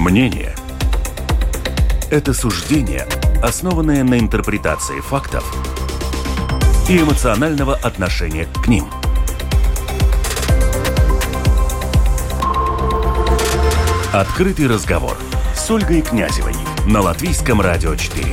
Мнение – это суждение, основанное на интерпретации фактов и эмоционального отношения к ним. Открытый разговор с Ольгой Князевой на Латвийском радио 4.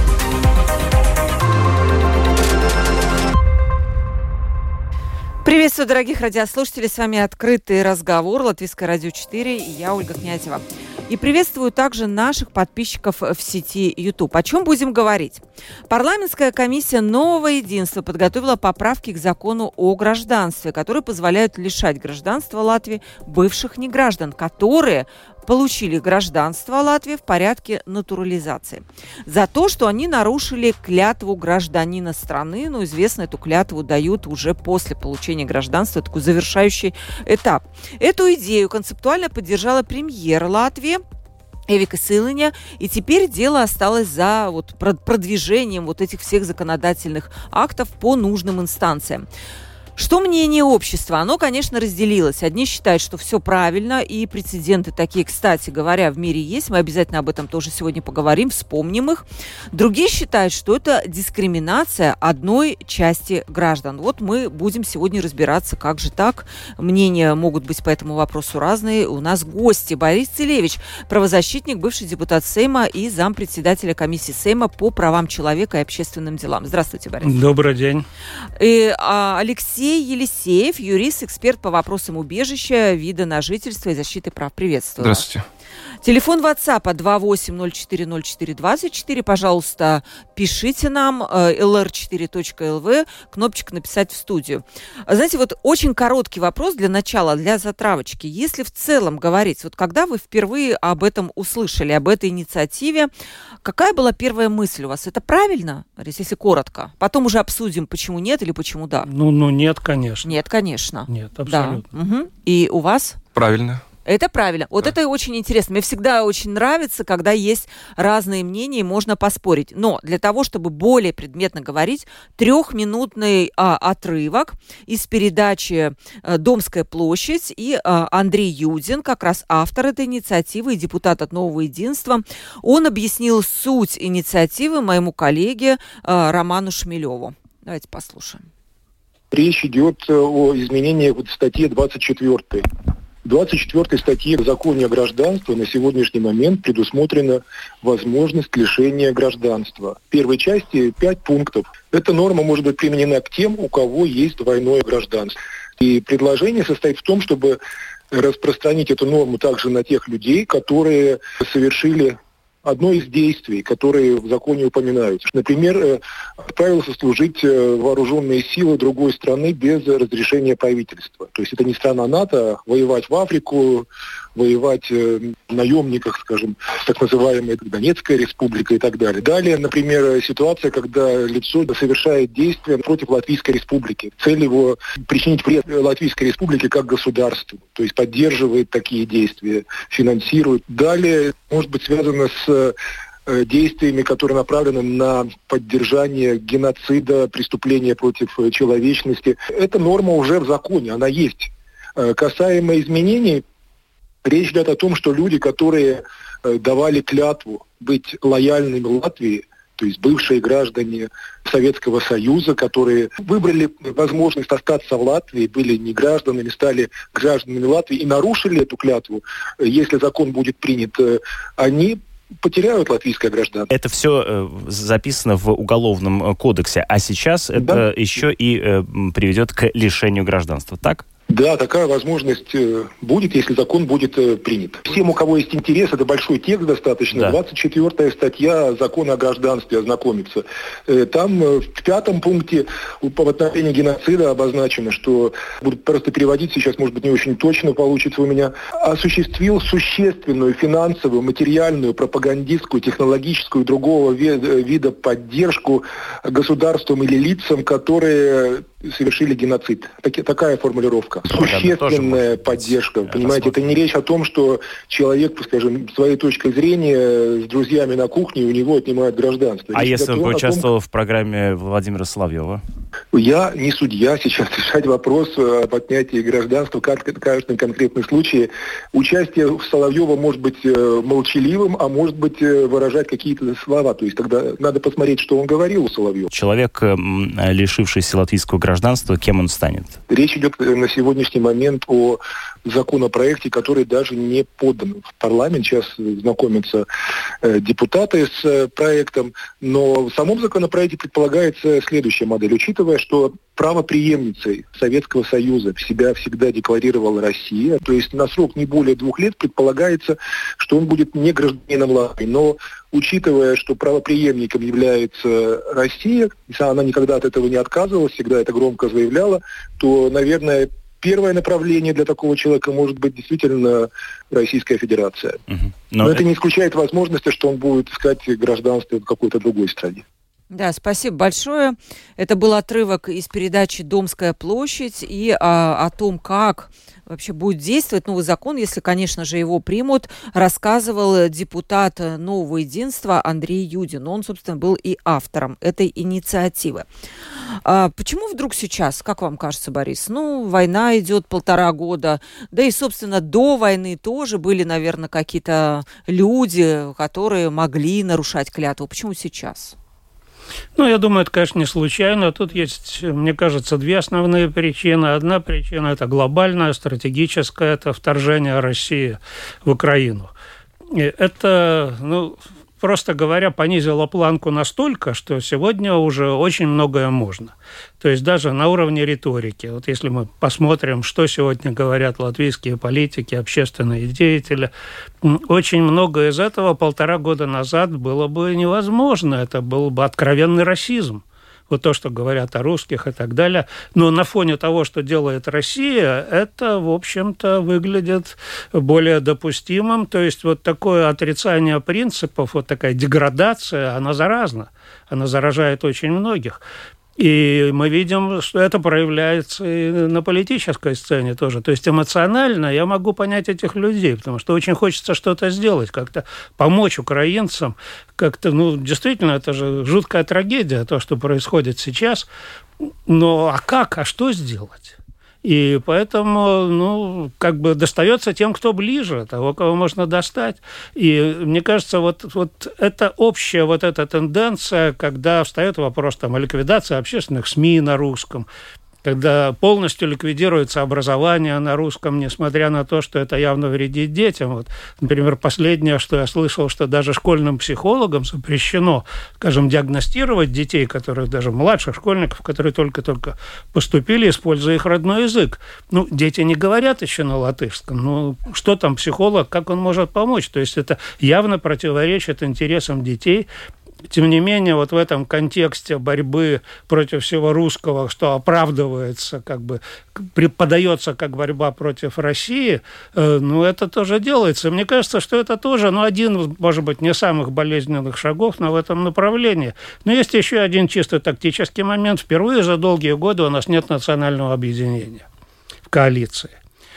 Приветствую, дорогих радиослушателей. С вами «Открытый разговор», Латвийское радио 4, и я, Ольга Князева. И приветствую также наших подписчиков в сети YouTube. О чем будем говорить? Парламентская комиссия «Нового единства» подготовила поправки к закону о гражданстве, которые позволяют лишать гражданства Латвии бывших неграждан, которые получили гражданство Латвии в порядке натурализации. За то, что они нарушили клятву гражданина страны. Известно, эту клятву дают уже после получения гражданства, такой завершающий этап. Эту идею концептуально поддержала премьер Латвии Эвика Силиņa, и теперь дело осталось за продвижением этих всех законодательных актов по нужным инстанциям. Что мнение общества? Оно, конечно, разделилось. Одни считают, что все правильно, и прецеденты такие, кстати говоря, в мире есть. Мы обязательно об этом тоже сегодня поговорим, вспомним их. Другие считают, что это дискриминация одной части граждан. Мы будем сегодня разбираться, как же так. Мнения могут быть по этому вопросу разные. У нас гости. Борис Целевич, правозащитник, бывший депутат Сейма и зампредседателя комиссии Сейма по правам человека и общественным делам. Здравствуйте, Борис. Добрый день. И Алексей Елисеев, юрист, эксперт по вопросам убежища, вида на жительство и защиты прав. Приветствую. Здравствуйте. Телефон WhatsApp 28040424. Пожалуйста, пишите нам lr4.lv, кнопочка «Написать в студию». Знаете, очень короткий вопрос для начала, для затравочки. Если в целом говорить, когда вы впервые об этом услышали, об этой инициативе, какая была первая мысль у вас? Это правильно, если коротко? Потом уже обсудим, почему нет или почему да. Нет, конечно. Нет, конечно. Нет, абсолютно. Да. Угу. И у вас? Правильно. Это правильно. Да. Это очень интересно. Мне всегда очень нравится, когда есть разные мнения и можно поспорить. Но для того, чтобы более предметно говорить, 3-минутный отрывок из передачи «Домская площадь», и Андрей Юдин, как раз автор этой инициативы и депутат от Нового единства, он объяснил суть инициативы моему коллеге Роману Шмелеву. Давайте послушаем. Речь идет о изменениях в статье 24. В 24 статье в законе о гражданстве на сегодняшний момент предусмотрена возможность лишения гражданства. В первой части 5 пунктов. Эта норма может быть применена к тем, у кого есть двойное гражданство. И предложение состоит в том, чтобы распространить эту норму также на тех людей, которые совершили одно из действий, которые в законе упоминаются. Например, отправился служить вооруженные силы другой страны без разрешения правительства. То есть это не страна НАТО, а воевать в Африку, воевать в наемниках, скажем, так называемой Донецкой республикой и так далее. Далее, например, ситуация, когда лицо совершает действия против Латвийской республики. Цель его причинить вред Латвийской республике как государству. То есть поддерживает такие действия, финансирует. Далее может быть связано с действиями, которые направлены на поддержание геноцида, преступления против человечности. Эта норма уже в законе, она есть. Касаемо изменений, речь идет о том, что люди, которые давали клятву быть лояльными Латвии, то есть бывшие граждане Советского Союза, которые выбрали возможность остаться в Латвии, были не гражданами, стали гражданами Латвии и нарушили эту клятву, если закон будет принят, они потеряют латвийское гражданство. Это все записано в Уголовном кодексе, а сейчас это еще и приведет к лишению гражданства, так? Да, такая возможность будет, если закон будет принят. Всем, у кого есть интерес, это большой текст достаточно, да. 24-я статья закона о гражданстве, ознакомиться. Там в 5 пункте по отношению геноцида обозначено, что, буду просто переводить сейчас, может быть, не очень точно получится у меня, осуществил существенную финансовую, материальную, пропагандистскую, технологическую и другого вида поддержку государствам или лицам, которые совершили геноцид. Такая формулировка. Существенная поддержка. Понимаете, это не речь о том, что человек, скажем, своей точкой зрения с друзьями на кухне, у него отнимают гражданство. А если он поучаствовал в программе Владимира Соловьева? Я не судья сейчас решать вопрос об отнятии гражданства в каждом конкретном случае. Участие Соловьева может быть молчаливым, а может быть выражать какие-то слова. То есть тогда надо посмотреть, что он говорил у Соловьева. Человек, лишившийся латвийского гражданства, кем он станет? Речь идет на сегодняшний момент о законопроекте, который даже не подан в парламент. Сейчас знакомятся депутаты с проектом. Но в самом законопроекте предполагается следующая модель. Учитывая, что правопреемницей Советского Союза себя всегда декларировала Россия, то есть на срок не более 2 лет предполагается, что он будет не гражданином Латвии. Но учитывая, что правопреемником является Россия, она никогда от этого не отказывалась, всегда это громко заявляла, то, наверное, первое направление для такого человека может быть действительно Российская Федерация. Но это не исключает возможности, что он будет искать гражданство в какой-то другой стране. Да, спасибо большое. Это был отрывок из передачи «Домская площадь» и о том, как вообще будет действовать новый закон, если, конечно же, его примут, рассказывал депутат Нового единства Андрей Юдин. Он, собственно, был и автором этой инициативы. Почему вдруг сейчас, как вам кажется, Борис? Война идет 1,5 года, да и, собственно, до войны тоже были, наверное, какие-то люди, которые могли нарушать клятву. Почему сейчас? Я думаю, это, конечно, не случайно. Тут есть, мне кажется, 2 основные причины. Одна причина – это глобальная, стратегическая, это вторжение России в Украину. И это, просто говоря, понизило планку настолько, что сегодня уже очень многое можно. То есть даже на уровне риторики. Вот если мы посмотрим, что сегодня говорят латвийские политики, общественные деятели, очень многое из этого 1,5 года назад было бы невозможно. Это был бы откровенный расизм. Вот то, что говорят о русских и так далее. Но на фоне того, что делает Россия, это, в общем-то, выглядит более допустимым. То есть вот такое отрицание принципов, вот такая деградация, она заразна. Она заражает очень многих. И мы видим, что это проявляется и на политической сцене тоже. То есть эмоционально я могу понять этих людей, потому что очень хочется что-то сделать, как-то помочь украинцам. Как-то, действительно, это же жуткая трагедия, то, что происходит сейчас. Но а что сделать? И поэтому, достается тем, кто ближе, того, кого можно достать. И мне кажется, вот это общая вот эта тенденция, когда встает вопрос о ликвидации общественных СМИ на русском, когда полностью ликвидируется образование на русском, несмотря на то, что это явно вредит детям. Например, последнее, что я слышал, что даже школьным психологам запрещено, скажем, диагностировать детей, которые даже младших школьников, которые только-только поступили, используя их родной язык. Дети не говорят еще на латышском. Что там психолог, как он может помочь? То есть это явно противоречит интересам детей. Тем не менее, вот в этом контексте борьбы против всего русского, что оправдывается, преподается как борьба против России, это тоже делается. Мне кажется, что это тоже, один, может быть, не самых болезненных шагов, но в этом направлении. Но есть еще один чисто тактический момент. Впервые за долгие годы у нас нет национального объединения в коалиции.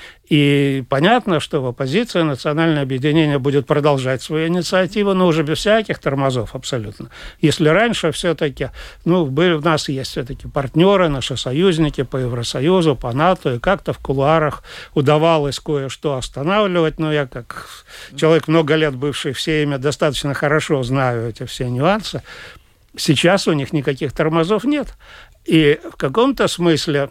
И понятно, что в оппозиции национальное объединение будет продолжать свою инициативу, но уже без всяких тормозов абсолютно. Если раньше все-таки, у нас есть все-таки партнеры, наши союзники по Евросоюзу, по НАТО, и как-то в кулуарах удавалось кое-что останавливать, но я как человек, много лет бывший в Сейме, достаточно хорошо знаю эти все нюансы. Сейчас у них никаких тормозов нет. И в каком-то смысле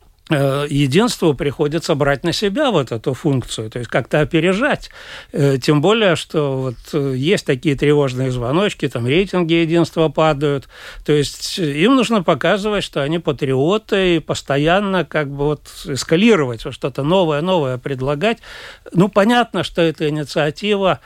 единству приходится брать на себя вот эту функцию, то есть как-то опережать. Тем более, что есть такие тревожные звоночки, там рейтинги единства падают. То есть им нужно показывать, что они патриоты, и постоянно эскалировать, что-то новое предлагать. Понятно, что эта инициатива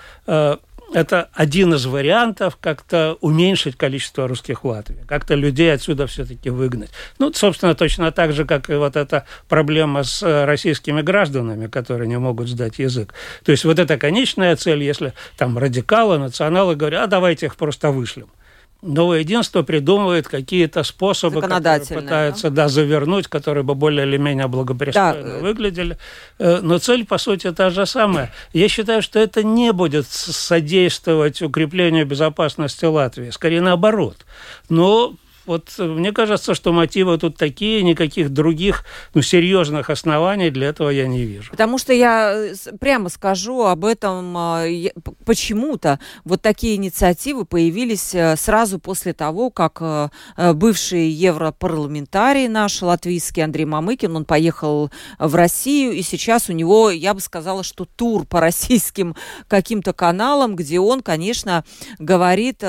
это один из вариантов как-то уменьшить количество русских в Латвии, как-то людей отсюда все-таки выгнать. Собственно, точно так же, как и эта проблема с российскими гражданами, которые не могут сдать язык. То есть эта конечная цель, если там радикалы, националы говорят, давайте их просто вышлем. Новое единство придумывает какие-то способы, которые пытаются завернуть, которые бы более или менее благопристойно выглядели. Но цель, по сути, та же самая. Я считаю, что это не будет содействовать укреплению безопасности Латвии. Скорее, наоборот. Но Вот мне кажется, что мотивы тут такие, никаких других серьезных оснований для этого я не вижу. Потому что я прямо скажу об этом, почему-то вот такие инициативы появились сразу после того, как бывший европарламентарий наш латвийский Андрей Мамыкин, он поехал в Россию, и сейчас у него, я бы сказала, что тур по российским каким-то каналам, где он, конечно, говорит,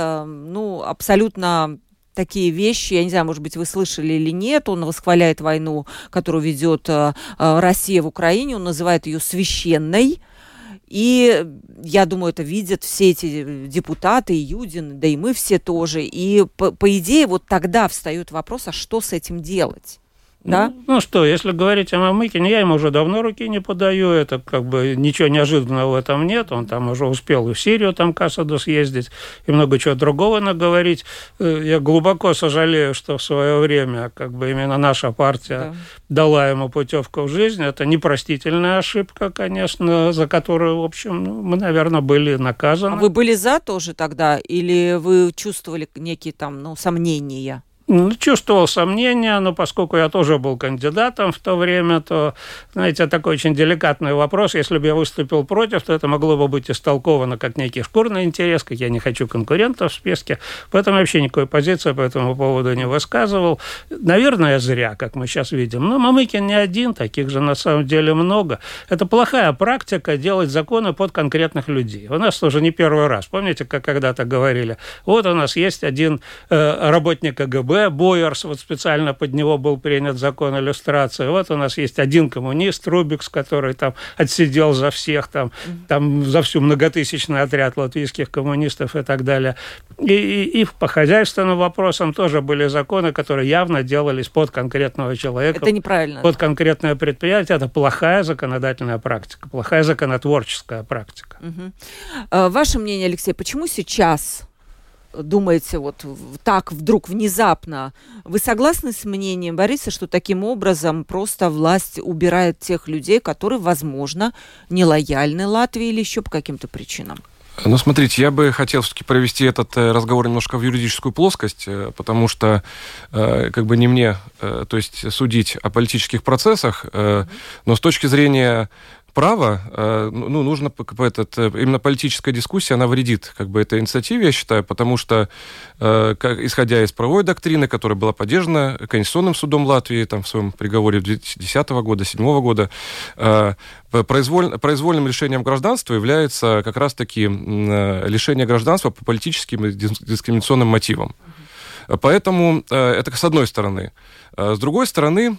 абсолютно такие вещи, я не знаю, может быть, вы слышали или нет, он восхваляет войну, которую ведет Россия в Украине, он называет ее священной, и я думаю, это видят все эти депутаты, и Юдин, да и мы все тоже, и по идее вот тогда встает вопрос, а что с этим делать? Да? Что, если говорить о Мамыкине, я ему уже давно руки не подаю, это как бы ничего неожиданного в этом нет, он там уже успел и в Сирию там к Асаду съездить, и много чего другого наговорить. Я глубоко сожалею, что в свое время как бы именно наша партия дала ему путевку в жизнь. Это непростительная ошибка, конечно, за которую, в общем, мы, наверное, были наказаны. А вы были за тоже тогда, или вы чувствовали некие там, сомнения? Чувствовал сомнения, но поскольку я тоже был кандидатом в то время, то, знаете, такой очень деликатный вопрос. Если бы я выступил против, то это могло бы быть истолковано как некий шкурный интерес, как я не хочу конкурентов в списке. Поэтому вообще никакой позиции по этому поводу не высказывал. Наверное, зря, как мы сейчас видим. Но Мамыкин не один, таких же на самом деле много. Это плохая практика делать законы под конкретных людей. У нас тоже не первый раз. Помните, как когда-то говорили, вот у нас есть один работник КГБ, Бойерс, вот специально под него был принят закон о иллюстрации. Вот у нас есть один коммунист, Рубикс, который там отсидел за всех, там за всю многотысячный отряд латвийских коммунистов и так далее. И по хозяйственным вопросам тоже были законы, которые явно делались под конкретного человека. Это неправильно. Под конкретное предприятие. Это плохая законодательная практика, плохая законотворческая практика. Ваше мнение, Алексей, почему сейчас... думаете, вот так вдруг внезапно, вы согласны с мнением Бориса, что таким образом просто власть убирает тех людей, которые, возможно, нелояльны Латвии или еще по каким-то причинам? Смотрите, я бы хотел все-таки провести этот разговор немножко в юридическую плоскость, потому что как бы не мне, то есть судить о политических процессах, но с точки зрения права, нужно именно политическая дискуссия, она вредит как бы этой инициативе, я считаю, потому что, исходя из правовой доктрины, которая была поддержана Конституционным судом Латвии там, в своем приговоре 2010 года, 2007 года, произвольным лишением гражданства является как раз-таки лишение гражданства по политическим и дискриминационным мотивам. Поэтому это с одной стороны. С другой стороны,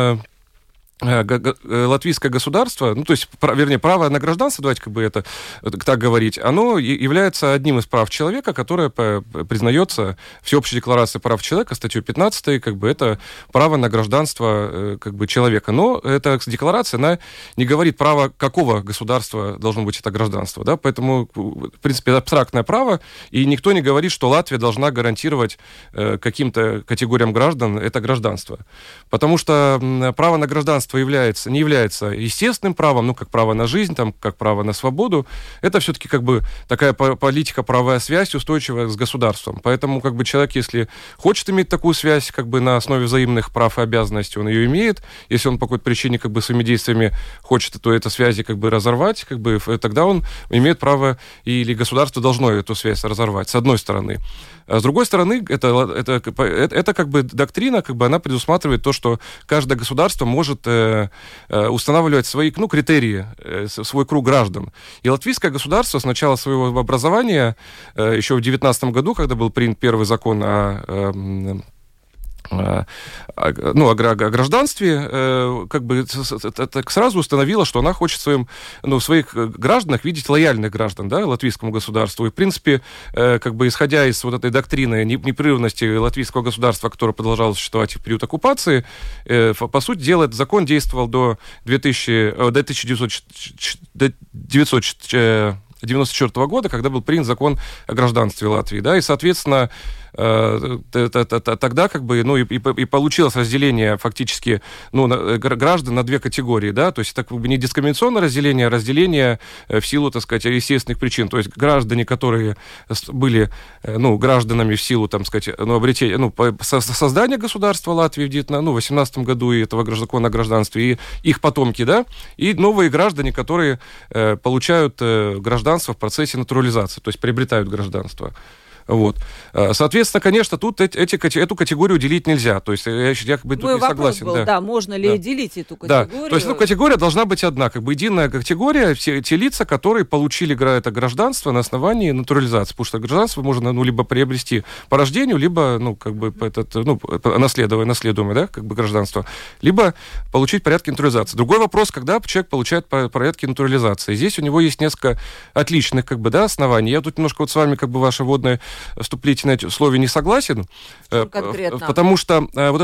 латвийское государство, то есть, право на гражданство, давайте как бы это так говорить, оно является одним из прав человека, которое признается Всеобщей декларацией прав человека, статьей 15, как бы это право на гражданство как бы человека. Но эта декларация, она не говорит право, какого государства должно быть это гражданство, да, поэтому, в принципе, абстрактное право, и никто не говорит, что Латвия должна гарантировать каким-то категориям граждан это гражданство. Потому что право на гражданство не является естественным правом, как право на жизнь, как право на свободу. Это все-таки как бы такая политика, правовая связь устойчивая с государством. Поэтому как бы человек, если хочет иметь такую связь как бы на основе взаимных прав и обязанностей, он ее имеет. Если он по какой-то причине как бы своими действиями хочет эту связь как бы разорвать, как бы, тогда он имеет право, или государство должно эту связь разорвать, с одной стороны. А с другой стороны, это как бы доктрина, как бы она предусматривает то, что каждое государство может устанавливать свои критерии, свой круг граждан. И латвийское государство с начала своего образования, еще в 19 году, когда был принят первый закон о гражданстве, как бы сразу установила, что она хочет в своих гражданах видеть лояльных граждан, да, латвийскому государству. И, в принципе, как бы исходя из вот этой доктрины непрерывности латвийского государства, которое продолжало существовать в период оккупации, по сути дела, этот закон действовал до 1904 1994 года, когда был принят закон о гражданстве Латвии, да, и, соответственно, тогда как бы, ну, и получилось разделение фактически, ну, граждан на две категории, да, то есть это как бы не дискриминационное разделение, а разделение в силу, так сказать, естественных причин, то есть граждане, которые были, ну, гражданами в силу, там сказать, ну, обретения, ну, создания государства Латвии в 18 году и этого закона о гражданстве, и их потомки, да, и новые граждане, которые получают гражданство в процессе натурализации, то есть приобретают гражданство. Вот. Соответственно, конечно, тут эту категорию делить нельзя. То есть я как бы тут не согласен. Был, да, можно ли делить эту категорию? Да. То есть, ну, категория должна быть одна, как бы единая категория, все те лица, которые получили это гражданство на основании натурализации. Потому что гражданство можно, ну, либо приобрести по рождению, либо, ну, как бы, наследуемое, да, как бы гражданство, либо получить в порядке натурализации. Другой вопрос, когда человек получает по порядке натурализации. Здесь у него есть несколько отличных, как бы, да, оснований. Я тут немножко вот с вами, как бы, ваше вводное вступлительное слове не согласен, потому что вот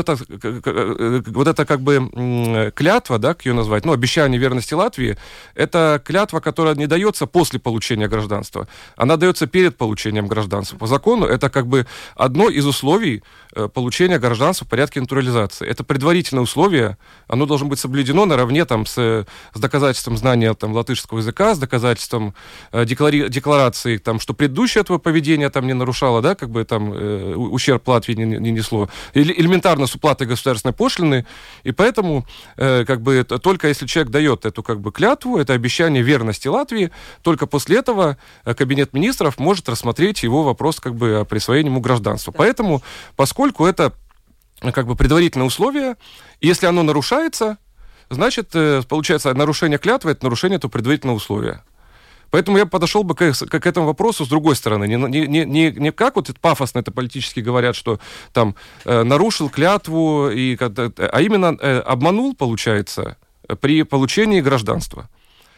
это как бы клятва, да, как ее назвать, ну, обещание верности Латвии, это клятва, которая не дается после получения гражданства, она дается перед получением гражданства. По закону это как бы одно из условий получения гражданства в порядке натурализации. Это предварительное условие, оно должно быть соблюдено наравне там, с доказательством знания там, латышского языка, с доказательством декларации, там, что предыдущее этого поведения там, не нарушало, да, как бы там ущерб Латвии не несло. Элементарно с уплатой государственной пошлины. И поэтому как бы только если человек дает эту как бы клятву, это обещание верности Латвии, только после этого Кабинет министров может рассмотреть его вопрос как бы о присвоении ему гражданства. Да. Поэтому, поскольку это как бы предварительное условие, если оно нарушается, значит, получается, нарушение клятвы — это нарушение этого предварительного условия. Поэтому я подошел бы к этому вопросу с другой стороны. Не как вот пафосно это политически говорят, что там нарушил клятву, а именно обманул, получается, при получении гражданства.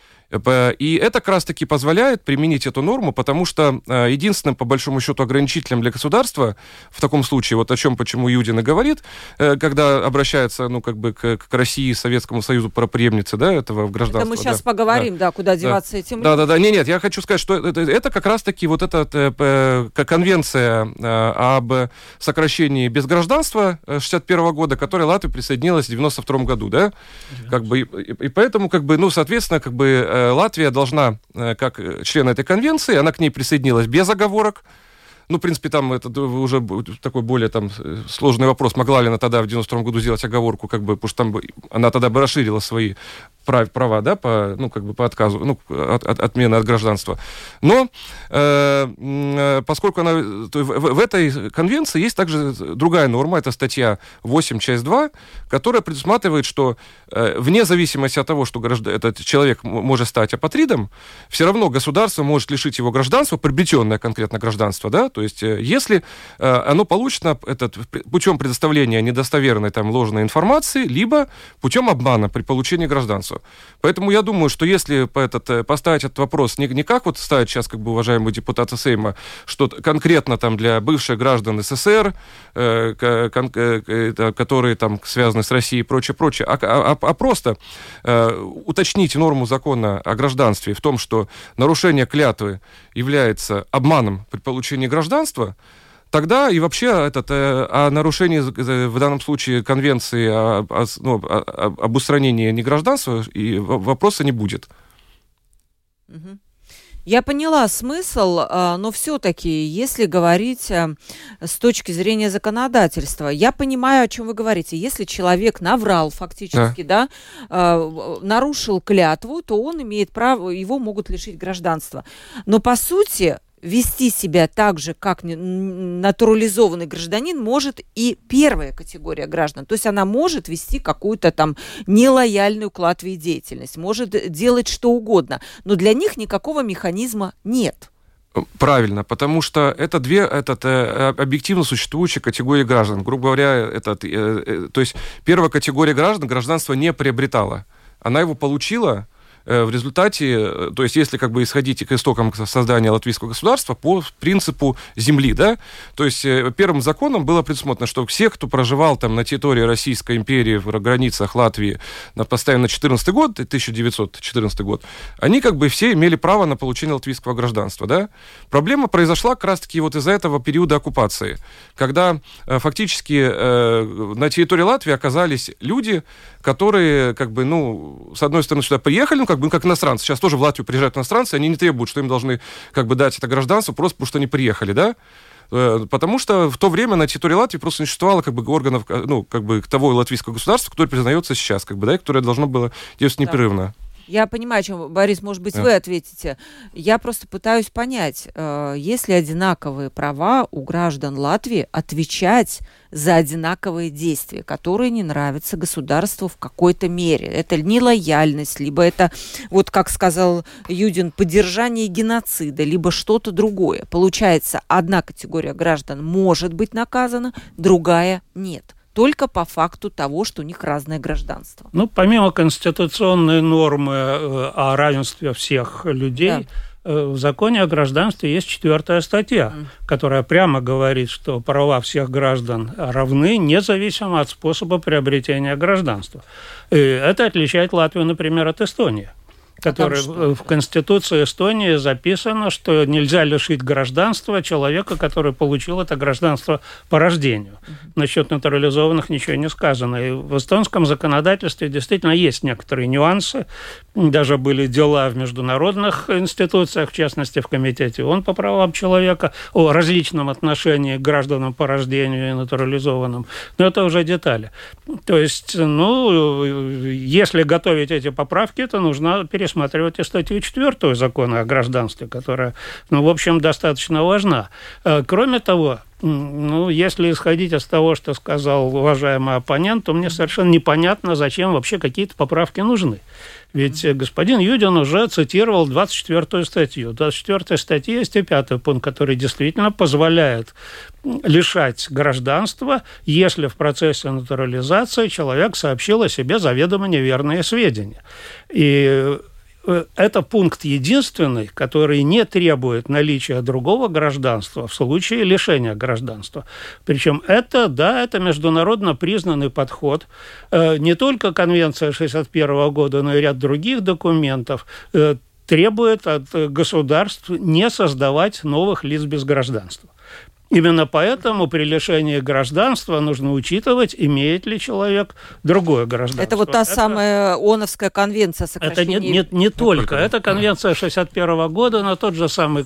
И это как раз-таки позволяет применить эту норму, потому что единственным, по большому счету, ограничителем для государства в таком случае, вот о чем, почему Юдин и говорит, когда обращается, ну, как бы к России, Советскому Союзу, правопреемнице, да, этого в гражданство. Это мы сейчас поговорим, да, куда деваться этим. Да. Нет, я хочу сказать, что это как раз-таки вот эта конвенция об сокращении без гражданства 1961 года, к которой Латвия присоединилась в 1992 году, да, как бы, и поэтому, как бы, ну, соответственно, как бы Латвия должна, как член этой конвенции, она к ней присоединилась без оговорок. Ну, в принципе, там это уже такой более там сложный вопрос. Могла ли она тогда в 92 году сделать оговорку, как бы, потому что там она тогда бы расширила свои права, да, по, ну, как бы по отказу, ну, от отмены от гражданства. Но поскольку она в этой конвенции есть также другая норма, это статья 8, часть 2, которая предусматривает, что вне зависимости от того, что этот человек может стать апатридом, все равно государство может лишить его гражданства, приобретенное конкретно гражданство, да, то есть если оно получено путем предоставления недостоверной там ложной информации, либо путем обмана при получении гражданства. Поэтому я думаю, что если поставить этот вопрос не как вот ставят сейчас как бы уважаемые депутаты Сейма, что конкретно там для бывших граждан СССР, которые там связаны с Россией и прочее, а просто уточнить норму закона о гражданстве в том, что нарушение клятвы является обманом при получении гражданства, тогда и вообще о нарушении в данном случае конвенции об устранении негражданства и вопроса не будет. Я поняла смысл, но все-таки, если говорить с точки зрения законодательства, я понимаю, о чем вы говорите. Если человек наврал фактически, да, нарушил клятву, то он имеет право, его могут лишить гражданства. Но по сути вести себя так же, как натурализованный гражданин, может и первая категория граждан. То есть она может вести какую-то там нелояльную к Латвии деятельность, может делать что угодно, но для них никакого механизма нет. Правильно, потому что это две объективно существующие категории граждан. Грубо говоря, то есть первая категория граждан гражданство не приобретала. Она его получила в результате, то есть если как бы исходить к истокам создания латвийского государства по принципу земли, да, то есть первым законом было предусмотрено, что все, кто проживал там на территории Российской империи, в границах Латвии, постоянно 1914 год, они как бы все имели право на получение латвийского гражданства, да. Проблема произошла как раз-таки вот из-за этого периода оккупации, когда фактически на территории Латвии оказались люди, которые, как бы, ну, с одной стороны, сюда приехали, ну, как бы, как иностранцы. Сейчас тоже в Латвию приезжают иностранцы, они не требуют, что им должны, как бы, дать это гражданство, просто потому что они приехали, да? Потому что в то время на территории Латвии просто не существовало, как бы, органов, ну, как бы, того латвийского государства, которое признается сейчас, как бы, да, и которое должно было действовать непрерывно. Я понимаю, о чем, Борис, может быть, вы ответите. Я просто пытаюсь понять, есть ли одинаковые права у граждан Латвии отвечать за одинаковые действия, которые не нравятся государству в какой-то мере. Это нелояльность, либо это, вот как сказал Юдин, поддержание геноцида, либо что-то другое. Получается, одна категория граждан может быть наказана, другая нет. Только по факту того, что у них разное гражданство. Ну, помимо конституционной нормы о равенстве всех людей, в законе о гражданстве есть 4 статья, которая прямо говорит, что права всех граждан равны, независимо от способа приобретения гражданства. И это отличает Латвию, например, от Эстонии, которой в Конституции Эстонии записано, что нельзя лишить гражданства человека, который получил это гражданство по рождению. Насчет натурализованных ничего не сказано. И в эстонском законодательстве действительно есть некоторые нюансы. Даже были дела в международных институциях, в частности, в Комитете ООН по правам человека, о различном отношении к гражданам по рождению и натурализованным. Но это уже детали. То есть, ну, если готовить эти поправки, то нужно пересматривать и статью 4 закона о гражданстве, которая, ну, в общем, достаточно важна. Кроме того, ну, если исходить из того, что сказал уважаемый оппонент, то мне совершенно непонятно, зачем вообще какие-то поправки нужны. Ведь господин Юдин уже цитировал 24-ю статью. В 24-й статье есть и 5-й пункт, который действительно позволяет лишать гражданства, если в процессе натурализации человек сообщил о себе заведомо неверные сведения. И это пункт единственный, который не требует наличия другого гражданства в случае лишения гражданства. Причем это международно признанный подход. Не только Конвенция 1961 года, но и ряд других документов требует от государств не создавать новых лиц без гражданства. Именно поэтому при лишении гражданства нужно учитывать, имеет ли человек другое гражданство. Это вот та самая ООНовская конвенция о сокращении... Это не только. Это конвенция 1961 года, но тот же самый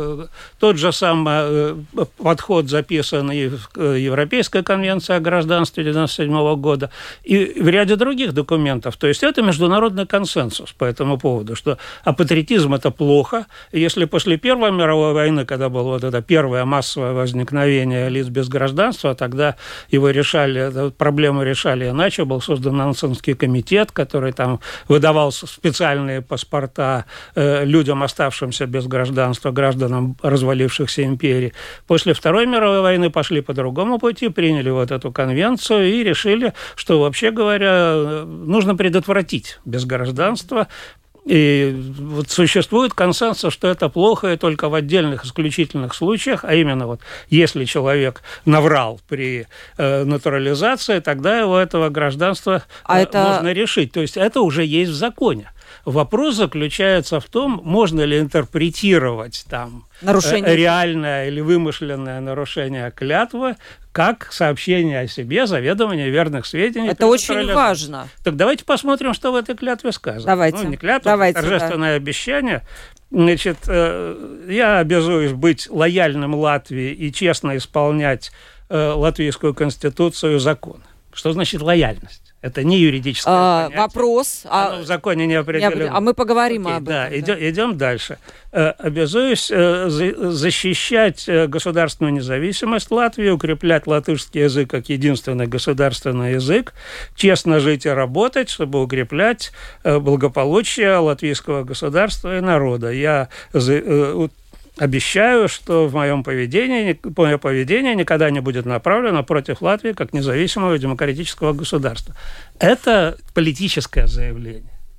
подход записан и в Европейской конвенции о гражданстве 1997 года, и в ряде других документов. То есть это международный консенсус по этому поводу, что апатриотизм – это плохо. И если после Первой мировой войны, когда была вот эта первая массовая возникновение лиц без гражданства, тогда эту проблему решали иначе. Был создан Нансенский комитет, который там выдавал специальные паспорта людям, оставшимся без гражданства, гражданам развалившихся империй. После Второй мировой войны пошли по другому пути, приняли вот эту конвенцию и решили, что, вообще говоря, нужно предотвратить безгражданство. И вот существует консенсус, что это плохо, и только в отдельных исключительных случаях, а именно вот если человек наврал при натурализации, тогда его этого гражданства можно решить. То есть это уже есть в законе. Вопрос заключается в том, можно ли интерпретировать там реальное или вымышленное нарушение клятвы как сообщение о себе заведомо неверных сведений. Это очень важно. Так давайте посмотрим, что в этой клятве сказано. Давайте. Ну, не клятва, а торжественное обещание. Значит, я обязуюсь быть лояльным Латвии и честно исполнять латвийскую конституцию и закон. Что значит лояльность? Это не юридическое понятие. Вопрос. Оно в законе не определено. А мы поговорим об этом. Да, идем дальше. Обязуюсь защищать государственную независимость Латвии, укреплять латышский язык как единственный государственный язык, честно жить и работать, чтобы укреплять благополучие латвийского государства и народа. Я обещаю, что мое поведение никогда не будет направлено против Латвии как независимого демократического государства. Это политическое заявление.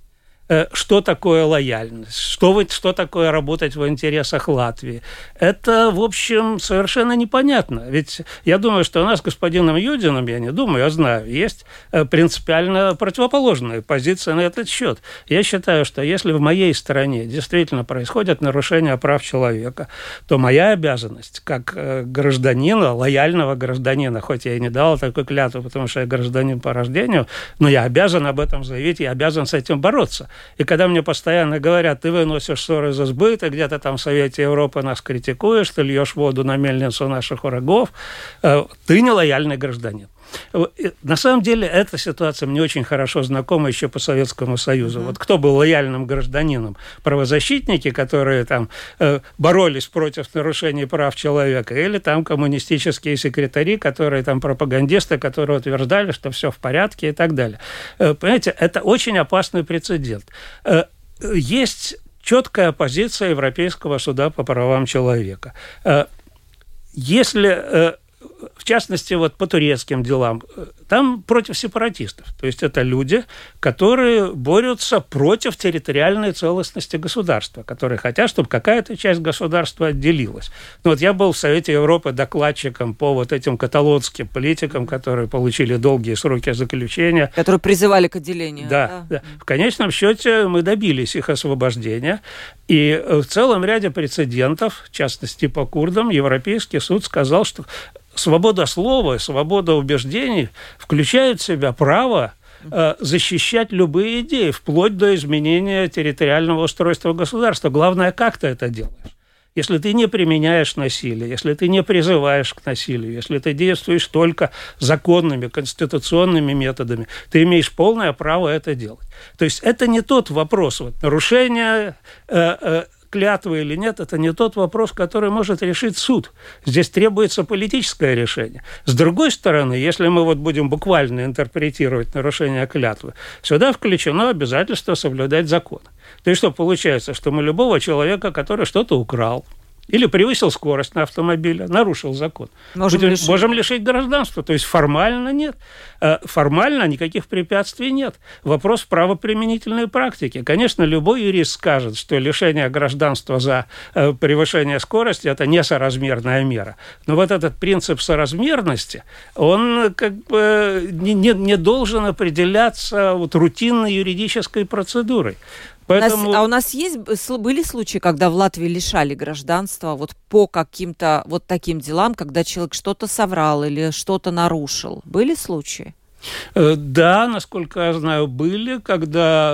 что такое лояльность, что такое работать в интересах Латвии. Это, в общем, совершенно непонятно. Ведь я думаю, что у нас с господином Юдиным, я не думаю, я знаю, есть принципиально противоположная позиция на этот счет. Я считаю, что если в моей стране действительно происходят нарушения прав человека, то моя обязанность как гражданина, лояльного гражданина, хоть я и не дал такой клятвы, потому что я гражданин по рождению, но я обязан об этом заявить, я обязан с этим бороться. И когда мне постоянно говорят, ты выносишь ссоры из избы, ты где-то там в Совете Европы нас критикуешь, ты льешь воду на мельницу наших врагов, ты нелояльный гражданин. На самом деле, эта ситуация мне очень хорошо знакома еще по Советскому Союзу. Вот кто был лояльным гражданином? Правозащитники, которые там боролись против нарушений прав человека, или там коммунистические секретари, которые там пропагандисты, которые утверждали, что все в порядке и так далее. Понимаете, это очень опасный прецедент. Есть четкая позиция Европейского суда по правам человека. Если... В частности, вот по турецким делам, там против сепаратистов. То есть это люди, которые борются против территориальной целостности государства, которые хотят, чтобы какая-то часть государства отделилась. Ну, вот я был в Совете Европы докладчиком по вот этим каталонским политикам, которые получили долгие сроки заключения. Которые призывали к отделению. Да. В конечном счете мы добились их освобождения. И в целом ряде прецедентов, в частности по курдам, Европейский суд сказал, что свобода слова, свобода убеждений включают в себя право защищать любые идеи, вплоть до изменения территориального устройства государства. Главное, как ты это делаешь. Если ты не применяешь насилие, если ты не призываешь к насилию, если ты действуешь только законными, конституционными методами, ты имеешь полное право это делать. То есть это не тот вопрос, вот, нарушение клятвы или нет, это не тот вопрос, который может решить суд. Здесь требуется политическое решение. С другой стороны, если мы вот будем буквально интерпретировать нарушение клятвы, сюда включено обязательство соблюдать закон. То есть что получается, что мы любого человека, который что-то украл, или превысил скорость на автомобиле, нарушил закон, можем лишить гражданства. То есть формально нет. Формально никаких препятствий нет. Вопрос правоприменительной практики. Конечно, любой юрист скажет, что лишение гражданства за превышение скорости – это несоразмерная мера. Но вот этот принцип соразмерности, он как бы не должен определяться вот рутинной юридической процедурой. Поэтому... у нас были случаи, когда в Латвии лишали гражданства вот по каким-то вот таким делам, когда человек что-то соврал или что-то нарушил? Были случаи? Да, насколько я знаю, были, когда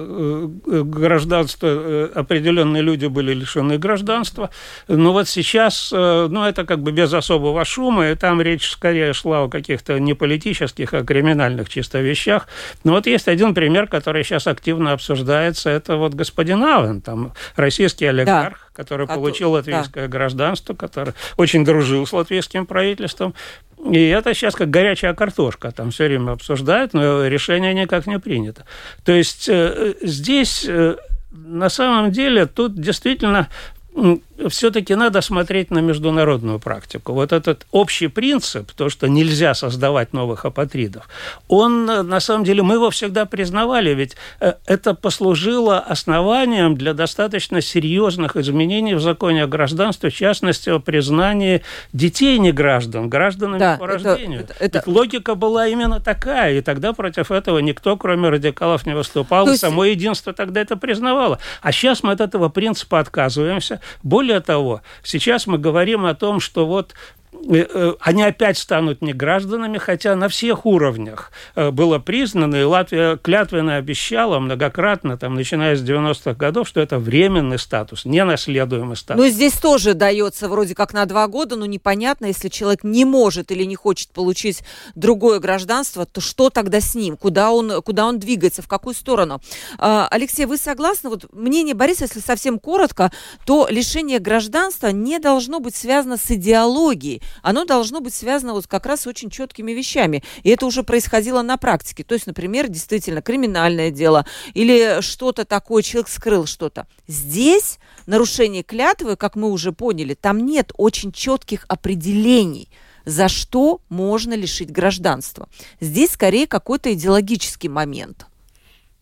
гражданство, определенные люди были лишены гражданства. Но вот сейчас, это как бы без особого шума, и там речь скорее шла о каких-то не политических, а криминальных чисто вещах. Но вот есть один пример, который сейчас активно обсуждается, это вот господин Авен, там российский олигарх, который получил латвийское гражданство, который очень дружил с латвийским правительством. И это сейчас как горячая картошка, там все время обсуждают, но решение никак не принято. То есть здесь на самом деле тут действительно все-таки надо смотреть на международную практику. Вот этот общий принцип, то, что нельзя создавать новых апатридов, он, на самом деле, мы его всегда признавали, ведь это послужило основанием для достаточно серьезных изменений в законе о гражданстве, в частности, о признании детей неграждан, гражданами по рождению. Ведь логика была именно такая, и тогда против этого никто, кроме радикалов, не выступал, и само единство тогда это признавало. А сейчас мы от этого принципа отказываемся. Более того, сейчас мы говорим о том, что вот они опять станут негражданами, хотя на всех уровнях было признано, и Латвия клятвенно обещала многократно, там, начиная с 90-х годов, что это временный статус, ненаследуемый статус. Но здесь тоже дается вроде как на 2 года, но непонятно, если человек не может или не хочет получить другое гражданство, то что тогда с ним? Куда он двигается, в какую сторону? Алексей, вы согласны? Вот мнение Бориса, если совсем коротко, то лишение гражданства не должно быть связано с идеологией. Оно должно быть связано вот как раз с очень четкими вещами. И это уже происходило на практике. То есть, например, действительно криминальное дело или что-то такое, человек скрыл что-то. Здесь нарушение клятвы, как мы уже поняли, там нет очень четких определений, за что можно лишить гражданства. Здесь скорее какой-то идеологический момент.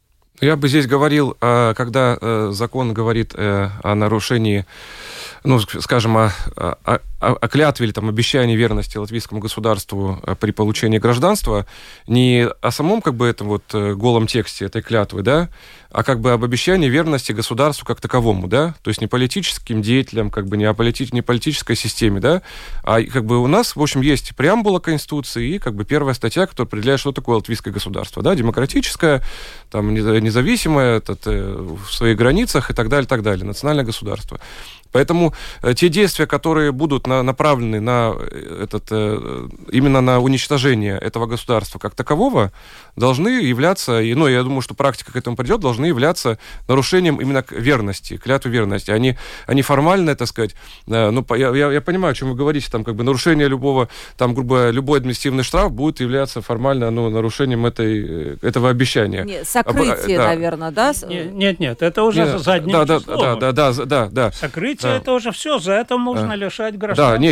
Я бы здесь говорил, когда закон говорит о нарушении, ну, скажем, о клятве или там, обещании верности латвийскому государству при получении гражданства, не о самом как бы этом вот голом тексте этой клятвы, да, а как бы об обещании верности государству как таковому, да, то есть не политическим деятелям, как бы не политической системе, да, а как бы у нас, в общем, есть преамбула Конституции и как бы первая статья, которая определяет, что такое латвийское государство, да, демократическое, там, независимое, в своих границах и так далее, национальное государство. Поэтому те действия, которые будут направлены на именно на уничтожение этого государства как такового, должны являться, ну, я думаю, что практика к этому придет, должны являться нарушением именно верности, клятвы верности. Они формально, так сказать, ну, я понимаю, о чем вы говорите, там, как бы нарушение любого, там, грубо, любой административный штраф будет являться формально, ну, нарушением этого обещания. Нет, сокрытие, наверное, да? Нет, это уже задним числом. Да. Сокрытие это уже все, за это можно лишать гражданства.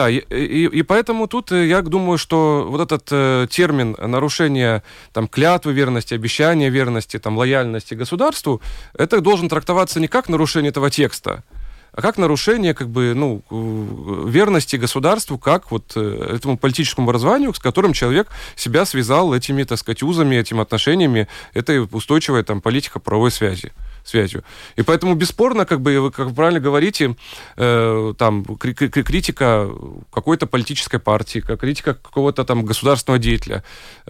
И поэтому тут я думаю, что вот этот термин нарушение там, клятвы верности, обещания верности, там, лояльности государству, это должен трактоваться не как нарушение этого текста, а как нарушение как бы, ну, верности государству, как вот этому политическому образованию, с которым человек себя связал этими, так сказать, узами, этими отношениями, этой устойчивой там, политико-правовой связью. И поэтому бесспорно, как бы, вы как правильно говорите, там, критика какой-то политической партии, критика какого-то там государственного деятеля,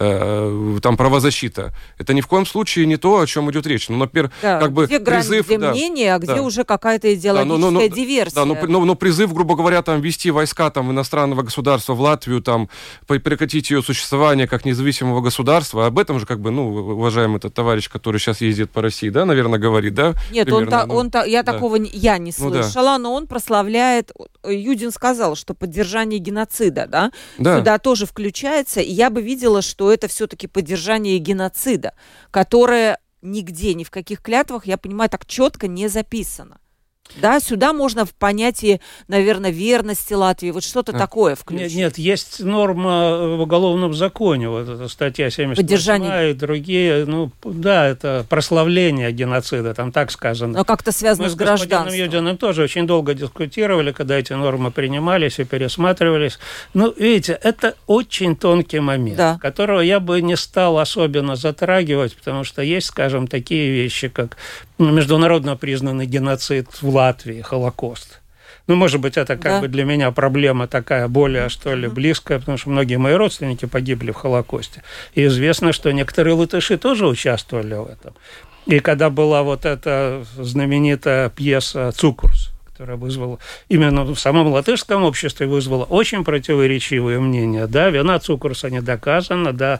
там, правозащита. Это ни в коем случае не то, о чем идет речь. Ну, например, как бы где призыв... Где мнение, а где уже какая-то идеологическая диверсия. Да, но призыв, грубо говоря, там, ввести войска там, иностранного государства в Латвию, там, прекратить ее существование как независимого государства, об этом же, как бы, ну, уважаемый этот товарищ, который сейчас ездит по России, да, наверное, говорит, да? Нет, такого я не слышала, но он прославляет, Юдин сказал, что поддержание геноцида, да, сюда тоже включается, и я бы видела, что это все-таки поддержание геноцида, которое нигде, ни в каких клятвах, я понимаю, так четко не записано. Да, сюда можно в понятии, наверное, верности Латвии, вот что-то такое включить. Нет, есть норма в уголовном законе, вот эта статья 78 и другие, ну, да, это прославление геноцида, там так сказано. Но как-то связано с гражданством. Мы с господином Юдиным тоже очень долго дискутировали, когда эти нормы принимались и пересматривались. Ну, видите, это очень тонкий момент, которого я бы не стал особенно затрагивать, потому что есть, скажем, такие вещи, как международно признанный геноцид в Латвии, Холокост. Ну, может быть, это как бы для меня проблема такая более, что ли, близкая, потому что многие мои родственники погибли в Холокосте. И известно, что некоторые латыши тоже участвовали в этом. И когда была вот эта знаменитая пьеса «Цукурс», которая вызвала, именно в самом латышском обществе вызвала очень противоречивые мнения. Да, вина Цукурса не доказана, да,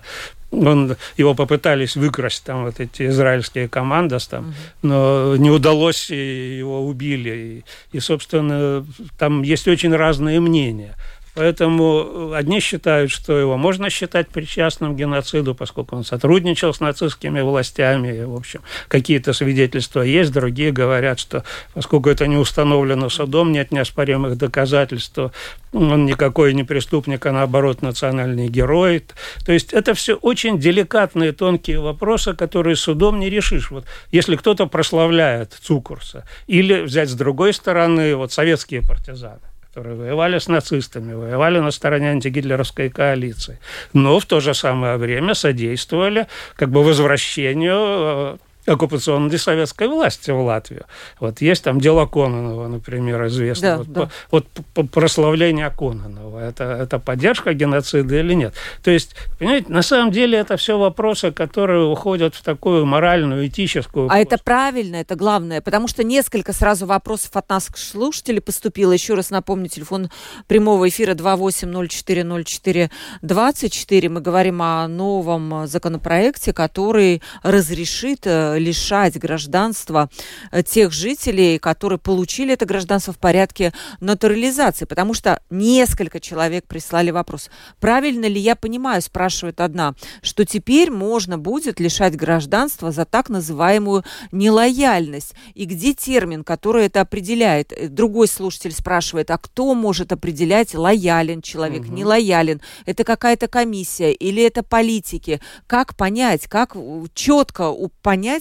его попытались выкрасть там вот эти израильские командос, там, но не удалось, и его убили. И, собственно, там есть очень разные мнения. Поэтому одни считают, что его можно считать причастным к геноциду, поскольку он сотрудничал с нацистскими властями, и, в общем, какие-то свидетельства есть. Другие говорят, что поскольку это не установлено судом, нет неоспоримых доказательств, то он никакой не преступник, а наоборот национальный герой. То есть это все очень деликатные, тонкие вопросы, которые судом не решишь. Вот если кто-то прославляет Цукурса, или взять с другой стороны вот советские партизаны, которые воевали с нацистами, воевали на стороне антигитлеровской коалиции, но в то же самое время содействовали как бы возвращению оккупационной советской власти в Латвию. Вот есть там дело Кононова, например, известно. Вот прославление Кононова. Это поддержка геноцида или нет? То есть, понимаете, на самом деле это все вопросы, которые уходят в такую моральную, этическую... А это правильно, это главное, потому что несколько сразу вопросов от нас слушателей поступило. Еще раз напомню, телефон прямого эфира 28040424. Мы говорим о новом законопроекте, который разрешит лишать гражданства тех жителей, которые получили это гражданство в порядке натурализации. Потому что несколько человек прислали вопрос. Правильно ли я понимаю, спрашивает одна, что теперь можно будет лишать гражданства за так называемую нелояльность? И где термин, который это определяет? Другой слушатель спрашивает, а кто может определять, лоялен человек, нелоялен? Это какая-то комиссия или это политики? Как понять, как четко понять,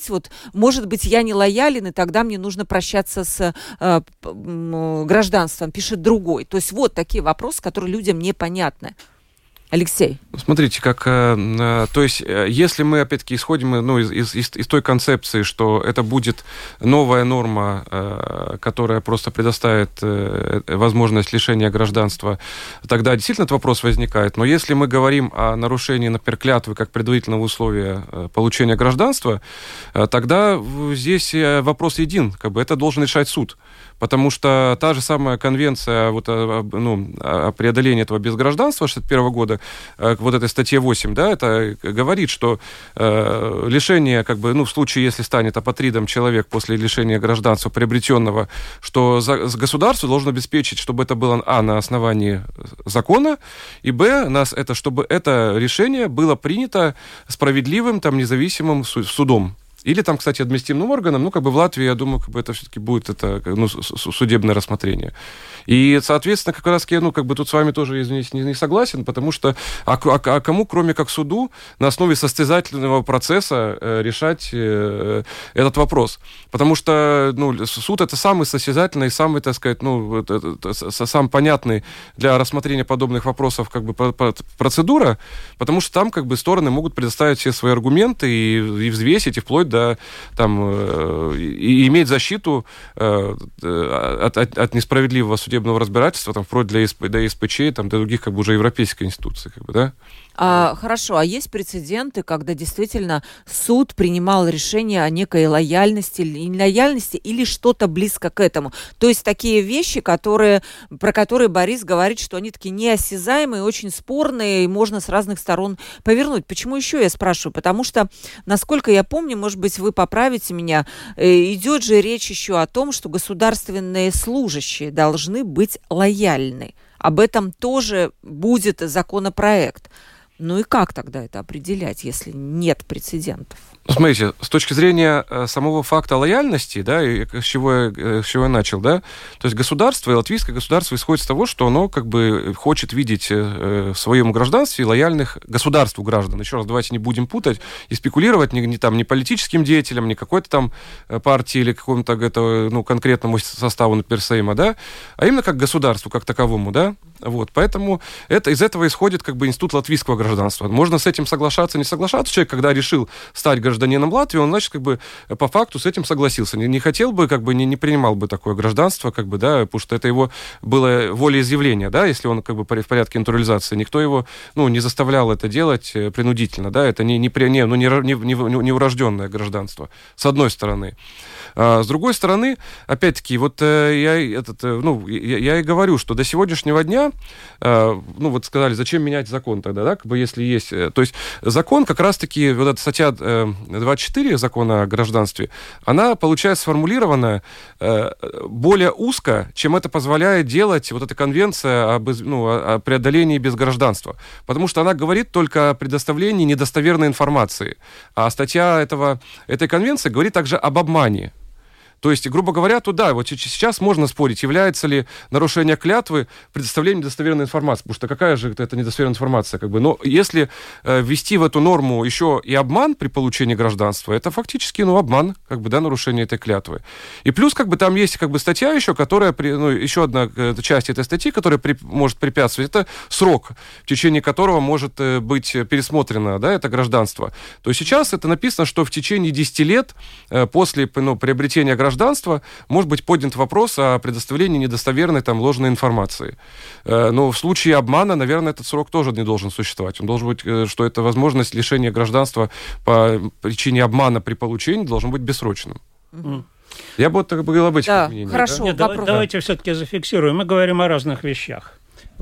знаете, вот, может быть, я не лоялен, и тогда мне нужно прощаться с гражданством, пишет другой. То есть вот такие вопросы, которые людям непонятны. Алексей. Смотрите, то есть, если мы, опять-таки, исходим из той концепции, что это будет новая норма, которая просто предоставит возможность лишения гражданства, тогда действительно этот вопрос возникает. Но если мы говорим о нарушении, например, клятвы как предварительного условия получения гражданства, тогда здесь вопрос един, это должен решать суд. Потому что та же самая конвенция о преодолении этого безгражданства 1961 года, вот этой статье 8, да, это говорит, что лишение, в случае, если станет апатридом человек после лишения гражданства приобретенного, что государство должно обеспечить, чтобы это было, на основании закона, и, чтобы это решение было принято справедливым, независимым судом. Или кстати, административным органом, в Латвии, я думаю, это все-таки будет судебное рассмотрение. И, соответственно, как раз тут с вами тоже, извините, не согласен, потому что кому, кроме как суду, на основе состязательного процесса решать этот вопрос? Потому что суд — это самый состязательный, самый, самый понятный для рассмотрения подобных вопросов процедура, потому что там стороны могут предоставить все свои аргументы и взвесить, и вплоть до и иметь защиту от несправедливого судебного разбирательства, вплоть до СПЧ, до других уже европейских институций, да? Хорошо, а есть прецеденты, когда действительно суд принимал решение о некой лояльности или нелояльности или что-то близко к этому? То есть такие вещи, про которые Борис говорит, что они такие неосязаемые, очень спорные, и можно с разных сторон повернуть. Почему еще я спрашиваю? Потому что, насколько я помню, может быть, вы поправите меня, идет же речь еще о том, что государственные служащие должны быть лояльны. Об этом тоже будет законопроект. Ну и как тогда это определять, если нет прецедентов? Смотрите, с точки зрения самого факта лояльности, да, и с чего я начал, да, то есть государство, и латвийское государство исходит из того, что оно хочет видеть в своем гражданстве лояльных государству граждан. Еще раз, давайте не будем путать и спекулировать ни политическим деятелям, ни какой-то партии или какому-то конкретному составу, например, Сейма, да, а именно как государству, как таковому, да. Вот, поэтому из этого исходит институт латвийского гражданства. Можно с этим соглашаться, не соглашаться. Человек, когда решил стать гражданином Латвии, он, значит, по факту с этим согласился. Не хотел бы, не принимал бы такое гражданство, да, потому что это его было волеизъявление, да, если он в порядке натурализации. Никто его, не заставлял это делать принудительно, да, это не урожденное гражданство, с одной стороны. С другой стороны, опять-таки, я и говорю, что до сегодняшнего дня, сказали, зачем менять закон тогда, да, если есть... То есть закон как раз-таки, эта статья 24 закона о гражданстве, она, получается, сформулирована более узко, чем это позволяет делать эта конвенция о преодолении безгражданства. Потому что она говорит только о предоставлении недостоверной информации. А статья этой конвенции говорит также об обмане. То есть, грубо говоря, сейчас можно спорить, является ли нарушение клятвы предоставлением недостоверной информации, потому что какая же это недостоверная информация, Но если ввести в эту норму еще и обман при получении гражданства, это фактически, обман, нарушение этой клятвы. И плюс, там есть, статья еще, которая, еще одна часть этой статьи, которая может препятствовать, это срок, в течение которого может быть пересмотрено, да, это гражданство. То есть сейчас это написано, что в течение 10 лет после приобретения гражданства может быть поднят вопрос о предоставлении недостоверной ложной информации. Но в случае обмана, наверное, этот срок тоже не должен существовать. Он должен быть, что это возможность лишения гражданства по причине обмана при получении должен быть бессрочным. Я бы говорил об этих мнениях. Хорошо. Нет, давайте все-таки зафиксируем. Мы говорим о разных вещах.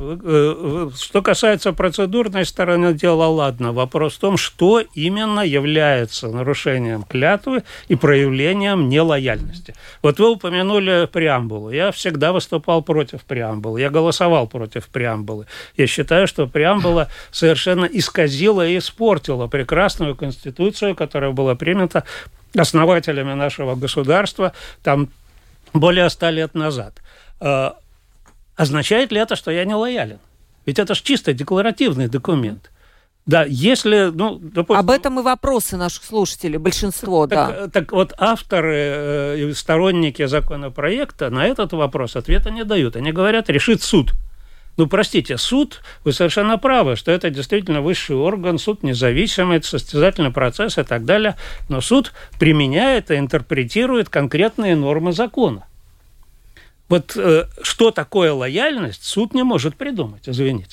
Что касается процедурной стороны дела, ладно. Вопрос в том, что именно является нарушением клятвы и проявлением нелояльности. Вы упомянули преамбулу. Я всегда выступал против преамбулы. Я голосовал против преамбулы. Я считаю, что преамбула совершенно исказила и испортила прекрасную конституцию, которая была принята основателями нашего государства более 100 лет назад. Означает ли это, что я не лоялен? Ведь это же чисто декларативный документ. Да, если, допустим... Об этом и вопросы наших слушателей, большинство, да. Так вот, авторы и сторонники законопроекта на этот вопрос ответа не дают. Они говорят, решит суд. Простите, суд, вы совершенно правы, что это действительно высший орган, суд независимый, это состязательный процесс и так далее, но суд применяет и интерпретирует конкретные нормы закона. Вот что такое лояльность, суд не может придумать, извините.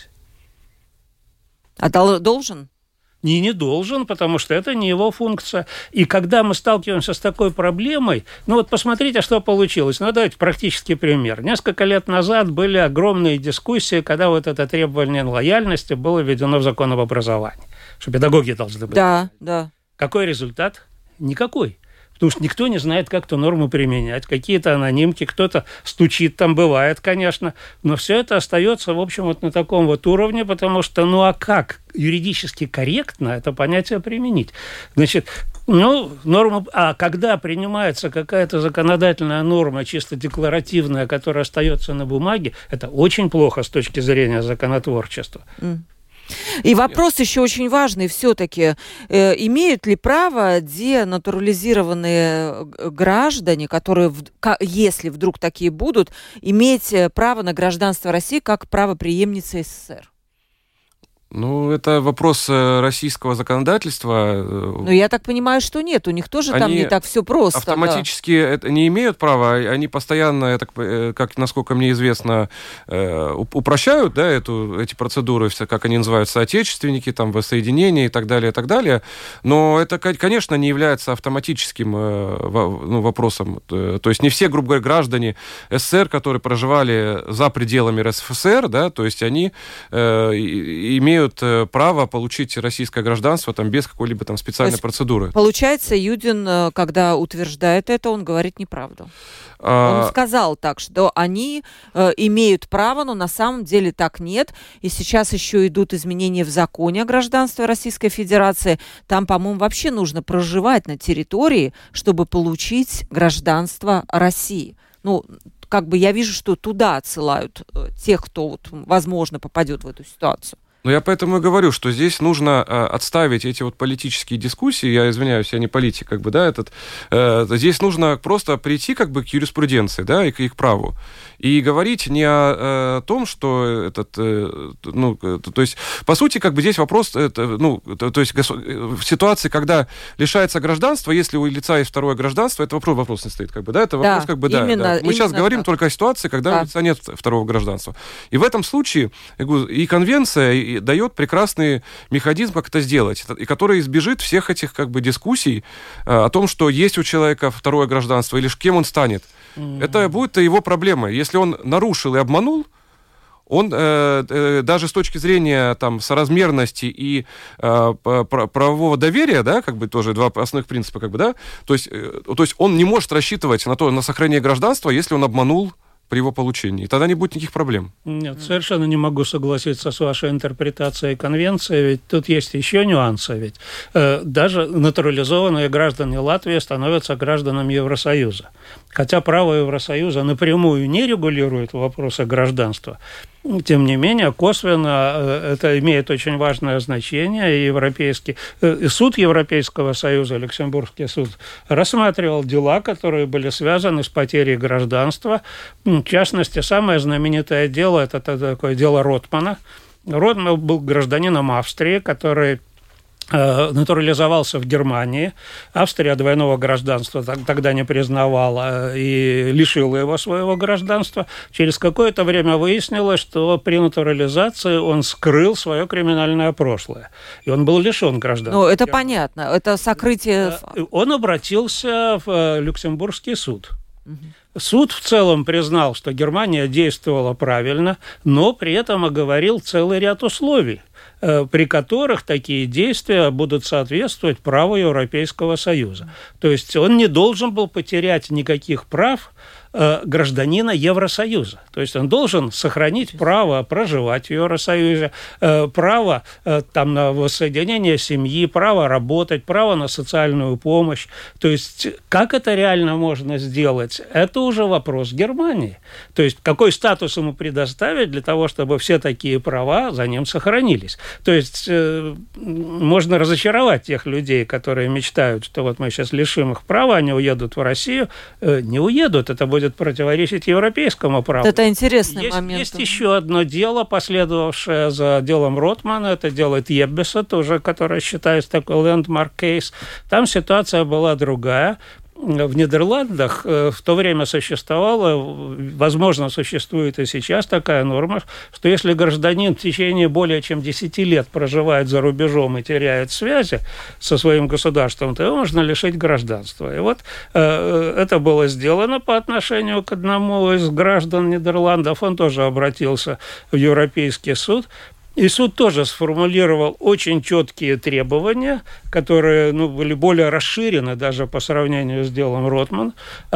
А должен? Не должен, потому что это не его функция. И когда мы сталкиваемся с такой проблемой, посмотрите, что получилось. Давайте практический пример. Несколько лет назад были огромные дискуссии, когда вот это требование лояльности было введено в закон об образовании, что педагоги должны быть. Да. Какой результат? Никакой. Потому что никто не знает, как эту норму применять. Какие-то анонимки, кто-то стучит, там бывает, конечно. Но все это остается, в общем, вот на таком вот уровне, потому что, а как юридически корректно это понятие применить? Значит, норма... А когда принимается какая-то законодательная норма, чисто декларативная, которая остается на бумаге, это очень плохо с точки зрения законотворчества. И вопрос еще очень важный все-таки. Имеют ли право денатурализированные граждане, которые, если вдруг такие будут, иметь право на гражданство России как правопреемница СССР? Это вопрос российского законодательства. Я так понимаю, что нет. У них тоже там не так все просто. Автоматически это не имеют права. Они постоянно, как насколько мне известно, упрощают эти процедуры, как они называются, соотечественники, воссоединение и так далее, и так далее. Но это, конечно, не является автоматическим вопросом. То есть не все, грубо говоря, граждане СССР, которые проживали за пределами РСФСР, то есть они имеют право получить российское гражданство без какой-либо специальной процедуры. Получается, Юдин, когда утверждает это, он говорит неправду. Он сказал так, что они имеют право, но на самом деле так нет. И сейчас еще идут изменения в законе о гражданстве Российской Федерации. Там, по-моему, вообще нужно проживать на территории, чтобы получить гражданство России. Я вижу, что туда отсылают тех, кто, возможно, попадет в эту ситуацию. Я поэтому и говорю, что здесь нужно отставить эти политические дискуссии. Я извиняюсь, я не политик, здесь нужно просто прийти к юриспруденции, и к их праву. И говорить не о том, что то есть, по сути, здесь вопрос, то есть в ситуации, когда лишается гражданства, если у лица есть второе гражданство, это вопрос не стоит, это вопрос, именно, Мы сейчас говорим только о ситуации, когда у лица нет второго гражданства. И в этом случае и конвенция дает прекрасный механизм, как это сделать, и который избежит всех этих дискуссий о том, что есть у человека второе гражданство или кем он станет. Это будет его проблема. Если он нарушил и обманул, он даже с точки зрения соразмерности и правового доверия, тоже два основных принципа, то есть он не может рассчитывать на сохранение гражданства, если он обманул при его получении. И тогда не будет никаких проблем. Нет, совершенно не могу согласиться с вашей интерпретацией конвенции, ведь тут есть еще нюансы. Ведь даже натурализованные граждане Латвии становятся гражданами Евросоюза. Хотя право Евросоюза напрямую не регулирует вопросы гражданства, тем не менее, косвенно это имеет очень важное значение. И суд Европейского Союза, Люксембургский суд, рассматривал дела, которые были связаны с потерей гражданства. В частности, самое знаменитое дело – это такое дело Ротмана. Ротман был гражданином Австрии, который натурализовался в Германии. Австрия двойного гражданства тогда не признавала и лишила его своего гражданства. Через какое-то время выяснилось, что при натурализации он скрыл свое криминальное прошлое. И он был лишен гражданства. Это понятно. Это сокрытие... Он обратился в Люксембургский суд. Суд в целом признал, что Германия действовала правильно, но при этом оговорил целый ряд условий, при которых такие действия будут соответствовать праву Европейского Союза. То есть он не должен был потерять никаких прав гражданина Евросоюза. То есть он должен сохранить право проживать в Евросоюзе, право там, на воссоединение семьи, право работать, право на социальную помощь. То есть как это реально можно сделать, это уже вопрос Германии. То есть какой статус ему предоставить для того, чтобы все такие права за ним сохранились. То есть можно разочаровать тех людей, которые мечтают, что вот мы сейчас лишим их права, они уедут в Россию. Не уедут, это будет противоречить европейскому праву. Это интересный момент. Есть еще одно дело, последовавшее за делом Ротмана, это дело Тьеббеса, тоже, которое считается такой landmark case. Там ситуация была другая. В Нидерландах в то время существовала, возможно, существует и сейчас такая норма, что если гражданин в течение более чем 10 лет проживает за рубежом и теряет связи со своим государством, то его можно лишить гражданства. И вот это было сделано по отношению к одному из граждан Нидерландов. Он тоже обратился в Европейский суд. И суд тоже сформулировал очень четкие требования, которые были более расширены даже по сравнению с делом Ротман.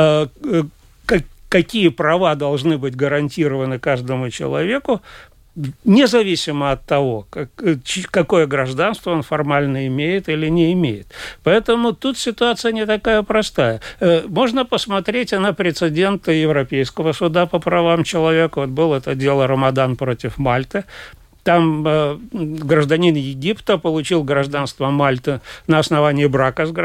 Какие права должны быть гарантированы каждому человеку, независимо от того, какое гражданство он формально имеет или не имеет. Поэтому тут ситуация не такая простая. Можно посмотреть на прецеденты Европейского суда по правам человека. Вот было это дело Рамадан против Мальты. Там гражданин Египта получил гражданство Мальты на основании брака с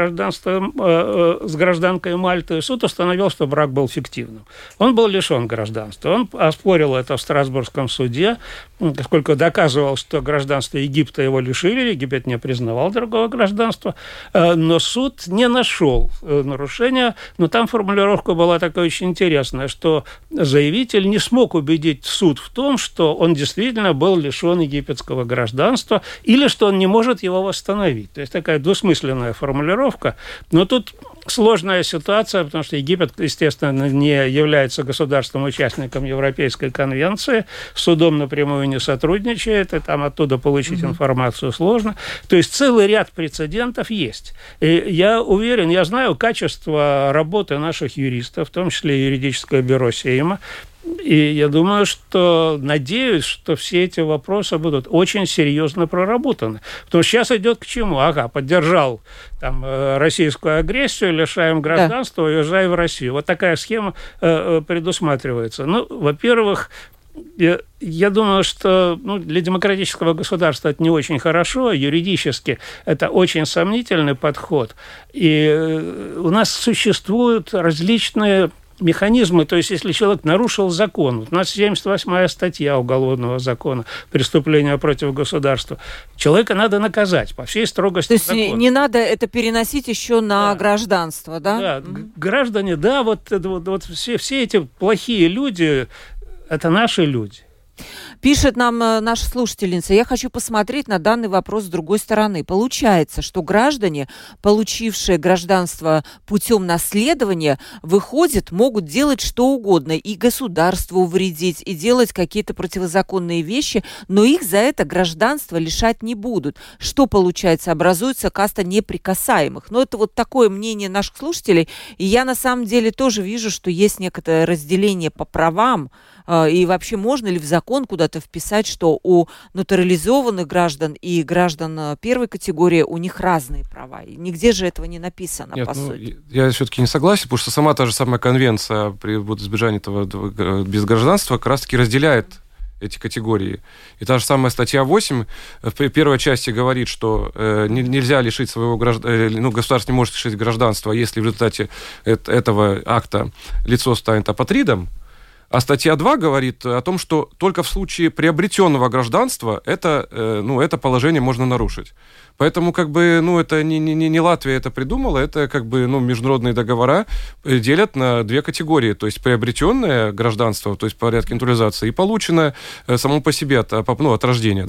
гражданкой Мальты. Суд установил, что брак был фиктивным. Он был лишен гражданства. Он оспорил это в Страсбургском суде, поскольку доказывал, что гражданство Египта его лишили, Египет не признавал другого гражданства, но суд не нашел нарушения. Но там формулировка была такая очень интересная, что заявитель не смог убедить суд в том, что он действительно был лишен египетского гражданства или что он не может его восстановить. То есть такая двусмысленная формулировка. Но тут сложная ситуация, потому что Египет, естественно, не является государством-участником Европейской конвенции, с судом напрямую не сотрудничает, и там оттуда получить информацию сложно. То есть целый ряд прецедентов есть. И я уверен, я знаю качество работы наших юристов, в том числе юридическое бюро Сейма, и я думаю, надеюсь, что все эти вопросы будут очень серьезно проработаны. Потому что сейчас идет к чему? Поддержал там российскую агрессию, лишаем гражданства, уезжай в Россию. Вот такая схема предусматривается. Во-первых, я думаю, что для демократического государства это не очень хорошо, юридически это очень сомнительный подход. И у нас существуют различные механизмы, то есть если человек нарушил закон, у нас 78-я статья Уголовного закона, преступление против государства, человека надо наказать по всей строгости закона. То есть не надо это переносить еще на гражданство, да? Да, граждане, вот все эти плохие люди, это наши люди. Пишет нам наша слушательница: я хочу посмотреть на данный вопрос с другой стороны. Получается, что граждане, получившие гражданство путем наследования, выходят, могут делать что угодно, и государству вредить, и делать какие-то противозаконные вещи, но их за это гражданство лишать не будут. Что получается? Образуется каста неприкасаемых. Но это вот такое мнение наших слушателей, и я на самом деле тоже вижу, что есть некоторое разделение по правам, и вообще можно ли в закон куда-то вписать, что у натурализованных граждан и граждан первой категории у них разные права. И нигде же этого не написано, по сути. Я все-таки не согласен, потому что сама та же самая конвенция при избежании этого без гражданства как раз-таки разделяет эти категории. И та же самая статья 8 в первой части говорит, что нельзя лишить своего гражданства, государство не может лишить гражданства, если в результате этого акта лицо станет апатридом. А статья 2 говорит о том, что только в случае приобретенного гражданства это положение можно нарушить. Поэтому это не Латвия это придумала, это международные договора делят на две категории. То есть приобретенное гражданство, то есть в порядке натурализации, и полученное само по себе от рождения,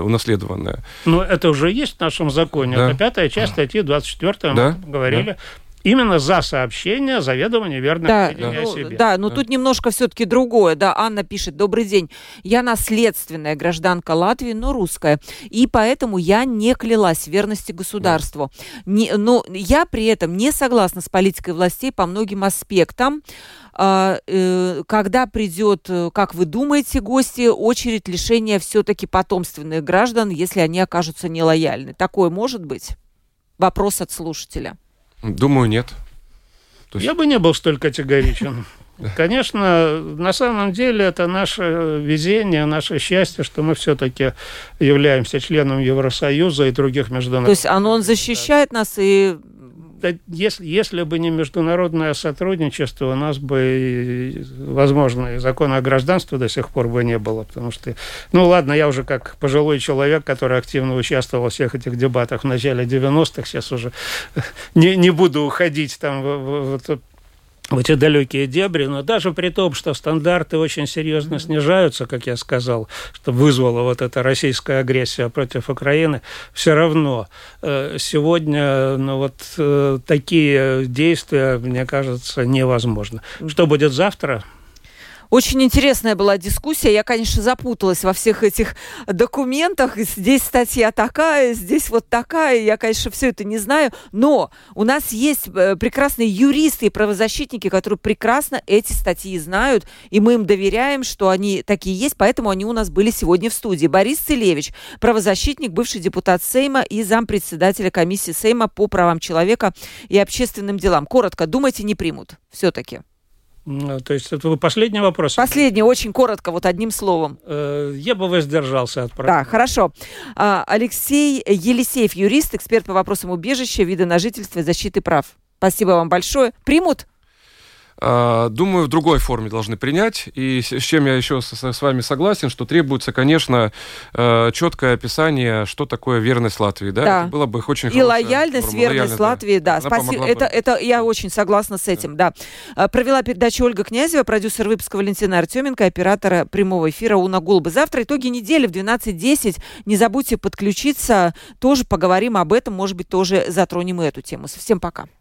унаследованное. Но это уже есть в нашем законе. Да. Это 5-я часть статьи 24, мы говорили. Именно за сообщение заведомо неверных сведений о себе. Да, но тут немножко все-таки другое. Да, Анна пишет: добрый день, я наследственная гражданка Латвии, но русская, и поэтому я не клялась в верности государству. Но я при этом не согласна с политикой властей по многим аспектам. Когда придет, как вы думаете, гости, очередь лишения все-таки потомственных граждан, если они окажутся нелояльны? Такое может быть? Вопрос от слушателя. Думаю, нет. Я бы не был столь категоричен. Конечно, на самом деле это наше везение, наше счастье, что мы все-таки являемся членом Евросоюза и других международных... То есть он защищает нас и... Да, если бы не международное сотрудничество, у нас бы, возможно, и закона о гражданстве до сих пор бы не было, потому что, ладно, я уже как пожилой человек, который активно участвовал во всех этих дебатах в начале 90-х, сейчас уже не буду уходить там в эти далекие дебри, но даже при том, что стандарты очень серьезно снижаются, как я сказал, что вызвала вот эта российская агрессия против Украины, все равно сегодня такие действия, мне кажется, невозможно. Что будет завтра? Очень интересная была дискуссия. Я, конечно, запуталась во всех этих документах. Здесь статья такая, здесь вот такая. Я, конечно, все это не знаю. Но у нас есть прекрасные юристы и правозащитники, которые прекрасно эти статьи знают. И мы им доверяем, что они такие есть. Поэтому они у нас были сегодня в студии. Борис Целевич, правозащитник, бывший депутат Сейма и зампредседателя комиссии Сейма по правам человека и общественным делам. Коротко, думаете, не примут все-таки? То есть это последний вопрос? Последний, очень коротко, вот одним словом. Я бы воздержался от Да, хорошо. Алексей Елисеев, юрист, эксперт по вопросам убежища, вида на жительство и защиты прав. Спасибо вам большое. Примут? Думаю, в другой форме должны принять. И с чем я еще с вами согласен, что требуется, конечно, четкое описание, что такое верность Латвии. Да? Это было бы очень и лояльность, верность Латвии, да. Спасибо. Это я очень согласна с этим, да. Провела передачу Ольга Князева, продюсер выпуска Валентина Артеменко, оператора прямого эфира Уна Голуба. Завтра итоги недели в 12:10. Не забудьте подключиться. Тоже поговорим об этом. Может быть, тоже затронем и эту тему. Всем пока.